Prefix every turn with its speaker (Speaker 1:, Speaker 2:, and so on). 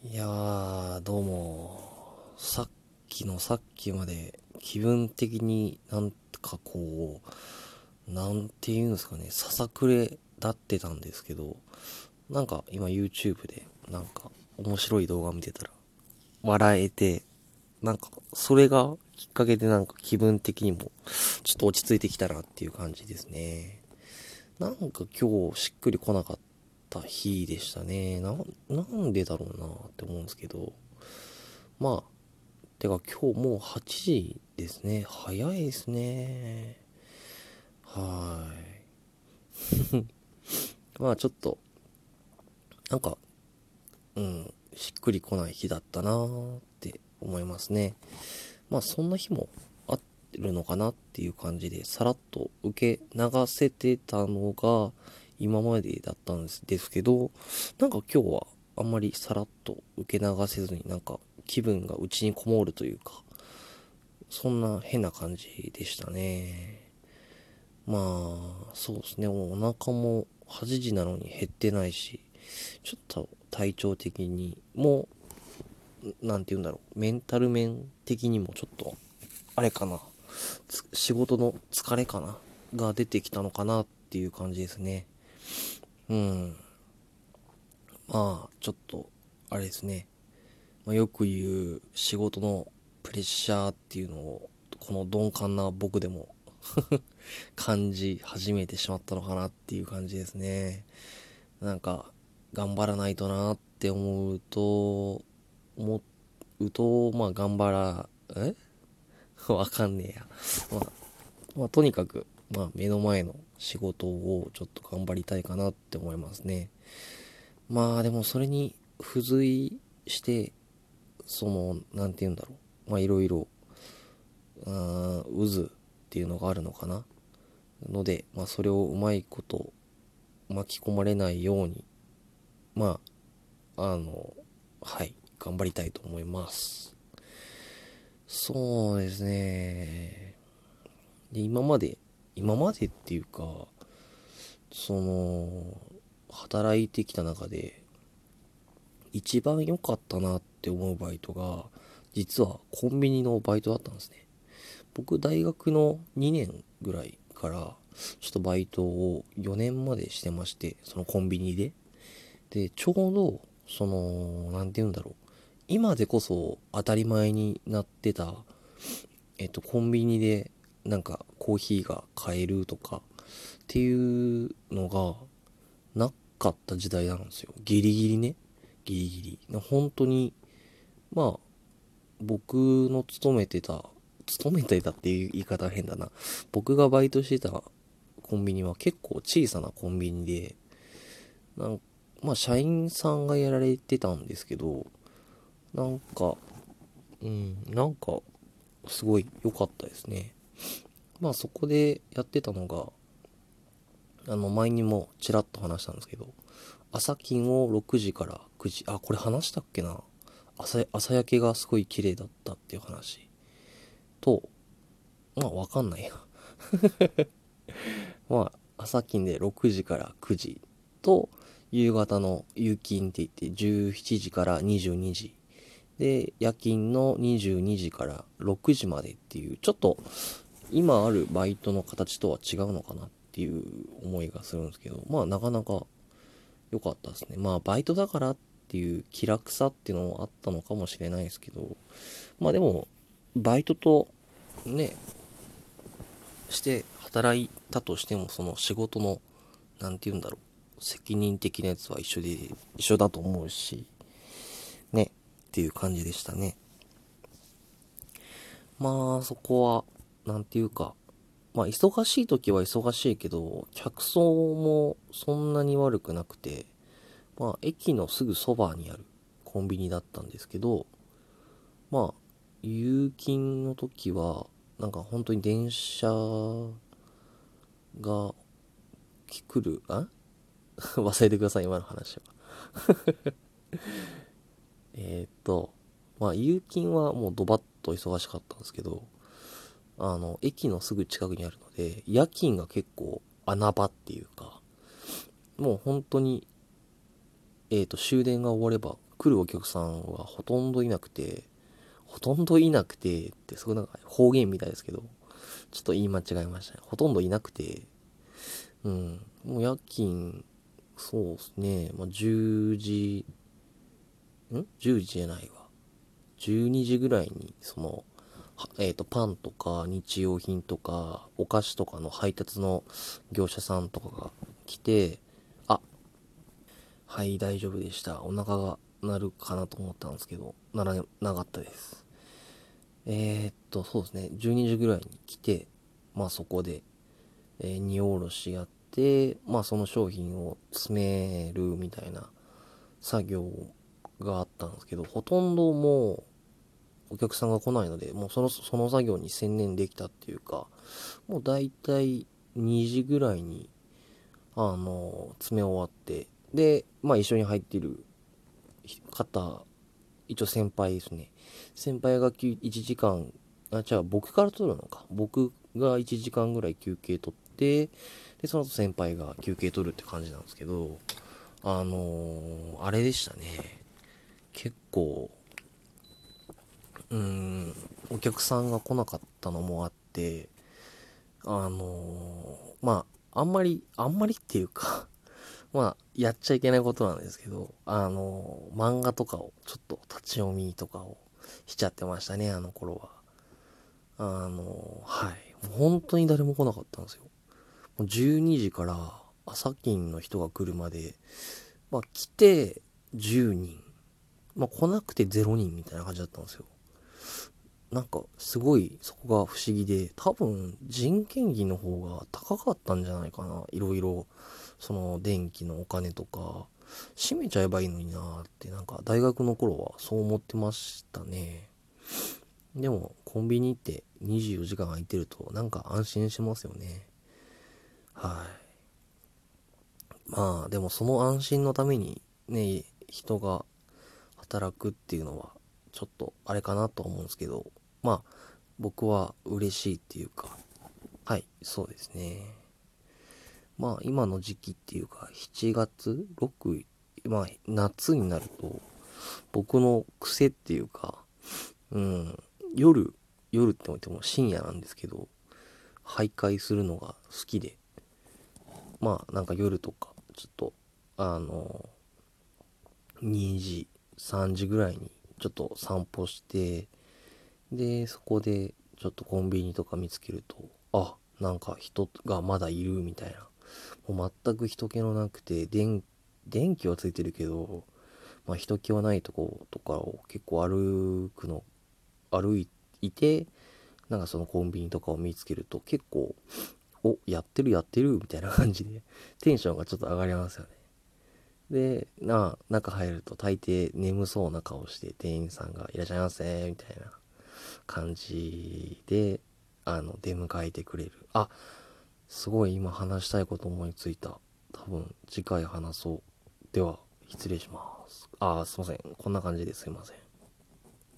Speaker 1: いやー、どうも。さっきまで気分的になんかこなんていうんですかね、ささくれ立ってたんですけど、なんか今 YouTube でなんか面白い動画見てたら笑えて、なんかそれがきっかけでなんか気分的にもちょっと落ち着いてきたなっていう感じですね。なんか今日しっくりこなかった日でしたね。なんでだろうなって思うんですけど、まあ、てか今日もう8時ですね。早いですね。はーい。まあちょっと、なんか、しっくりこない日だったなーって思いますね。まあそんな日もあるのかなっていう感じで、さらっと受け流せてたのが今までだったんですけど、なんか今日はあんまりさらっと受け流せずになんか気分が内にこもるというか、そんな変な感じでしたね。まあ、そうですね。もうお腹も8時なのに減ってないし、ちょっと体調的にも、なんて言うんだろう。メンタル面的にもちょっと、あれかな。仕事の疲れかな。が出てきたのかなっていう感じですね。うん。まあ、ちょっと、あれですね。まあ、よく言う仕事のプレッシャーっていうのを、この鈍感な僕でも感じ始めてしまったのかなっていう感じですね。なんか、頑張らないとなって思うと、まあ頑張ら、わかんねえや。まあとにかく、まあ目の前の仕事をちょっと頑張りたいかなって思いますね。まあでもそれに付随して、なんて言うんだろう。まあいろいろ、渦っていうのがあるのかな。ので、まあそれをうまいこと巻き込まれないように、まはい、頑張りたいと思います。そうですね。で、今までっていうか、その、働いてきた中で、一番良かったなって思うバイトが、実はコンビニのバイトだったんですね。僕、大学の2年ぐらいから、ちょっとバイトを4年までしてまして、そのコンビニで。で、ちょうど、なんて言うんだろう。今でこそ当たり前になってた、コンビニでなんかコーヒーが買えるとかっていうのがなかった時代なんですよ。ギリギリね。ギリギリ。本当に、まあ、僕の勤めてたっていう言い方は変だな。僕がバイトしてたコンビニは結構小さなコンビニで、なんまあ、社員さんがやられてたんですけど、なんか、なんか、すごい良かったですね。まあ、そこでやってたのが、前にもちらっと話したんですけど、朝勤を6時から9時、あ、これ話したっけな。朝焼けがすごい綺麗だったっていう話と、まあ、わかんないや。まあ、朝勤で6時から9時と、夕方の夕勤って言って17時から22時。で、夜勤の22時から6時までっていう、ちょっと今あるバイトの形とは違うのかなっていう思いがするんですけど、まあなかなか良かったですね。まあバイトだからっていう気楽さっていうのもあったのかもしれないですけど、まあでも、バイトとね、して働いたとしても、その仕事の、なんて言うんだろう、責任的なやつは一緒だと思うし、ね、っていう感じでしたね。まあそこは、なんていうか、まあ忙しい時は忙しいけど、客層もそんなに悪くなくて、まあ駅のすぐそばにあるコンビニだったんですけど、まあ、夕勤の時は、なんか本当に電車が来る、忘れてください、今の話は。えーっと、まあ、夕勤はもうドバッと忙しかったんですけど、駅のすぐ近くにあるので、夜勤が結構穴場っていうか、もう本当に、終電が終われば来るお客さんはほとんどいなくて、ってすごいなんか方言みたいですけど、ちょっと言い間違えましたね。ほとんどいなくて、もう夜勤、そうですね、まあ、10時、?10 時じじゃないわ。12時ぐらいに、パンとか日用品とかお菓子とかの配達の業者さんとかが来て、あ、はい、大丈夫でした。お腹が鳴るかなと思ったんですけど、鳴らなかったです。そうですね、12時ぐらいに来て、まあそこで、荷下ろしやって、まあその商品を詰めるみたいな作業があったんですけど、ほとんどもうお客さんが来ないので、もうその作業に専念できたっていうか、もうだいたい2時ぐらいに、詰め終わって、で、まあ一緒に入ってる方、一応先輩ですね。先輩が1時間、じゃあ僕から取るのか。僕が1時間ぐらい休憩取って、で、その後先輩が休憩取るって感じなんですけど、あれでしたね。結構、お客さんが来なかったのもあって、まあ、あんまりっていうかまあ、やっちゃいけないことなんですけど、漫画とかを、ちょっと立ち読みとかをしちゃってましたね、あの頃は。はい。もう本当に誰も来なかったんですよ。もう12時から朝勤の人が来るまで、まあ来て10人、まあ来なくて0人みたいな感じだったんですよ。なんかすごいそこが不思議で、多分人件費の方が高かったんじゃないかな。いろいろ、その電気のお金とか、閉めちゃえばいいのになーって、なんか大学の頃はそう思ってましたね。でもコンビニって24時間空いてるとなんか安心しますよね。はい。まあでもその安心のためにね、人が働くっていうのはちょっとあれかなと思うんですけど、まあ僕は嬉しいっていうか、はい、そうですね。まあ今の時期っていうか7月6、まあ夏になると僕の癖っていうか、うん、夜、夜って言っても深夜なんですけど、徘徊するのが好きで、まあなんか夜とかちょっとあの2時3時ぐらいにちょっと散歩して、でそこでちょっとコンビニとか見つけると、あ、なんか人がまだいるみたいな、もう全く人気のなくて、電気はついてるけど、まあ人気はないとことかを結構歩いて、なんかそのコンビニとかを見つけると結構、お、やってるやってるみたいな感じでテンションがちょっと上がりますよね。で、中入ると大抵眠そうな顔して店員さんがいらっしゃいませみたいな感じで、出迎えてくれる。あ、すごい今話したいこと思いついた。多分次回話そう。では、失礼します。すいません。こんな感じですいません。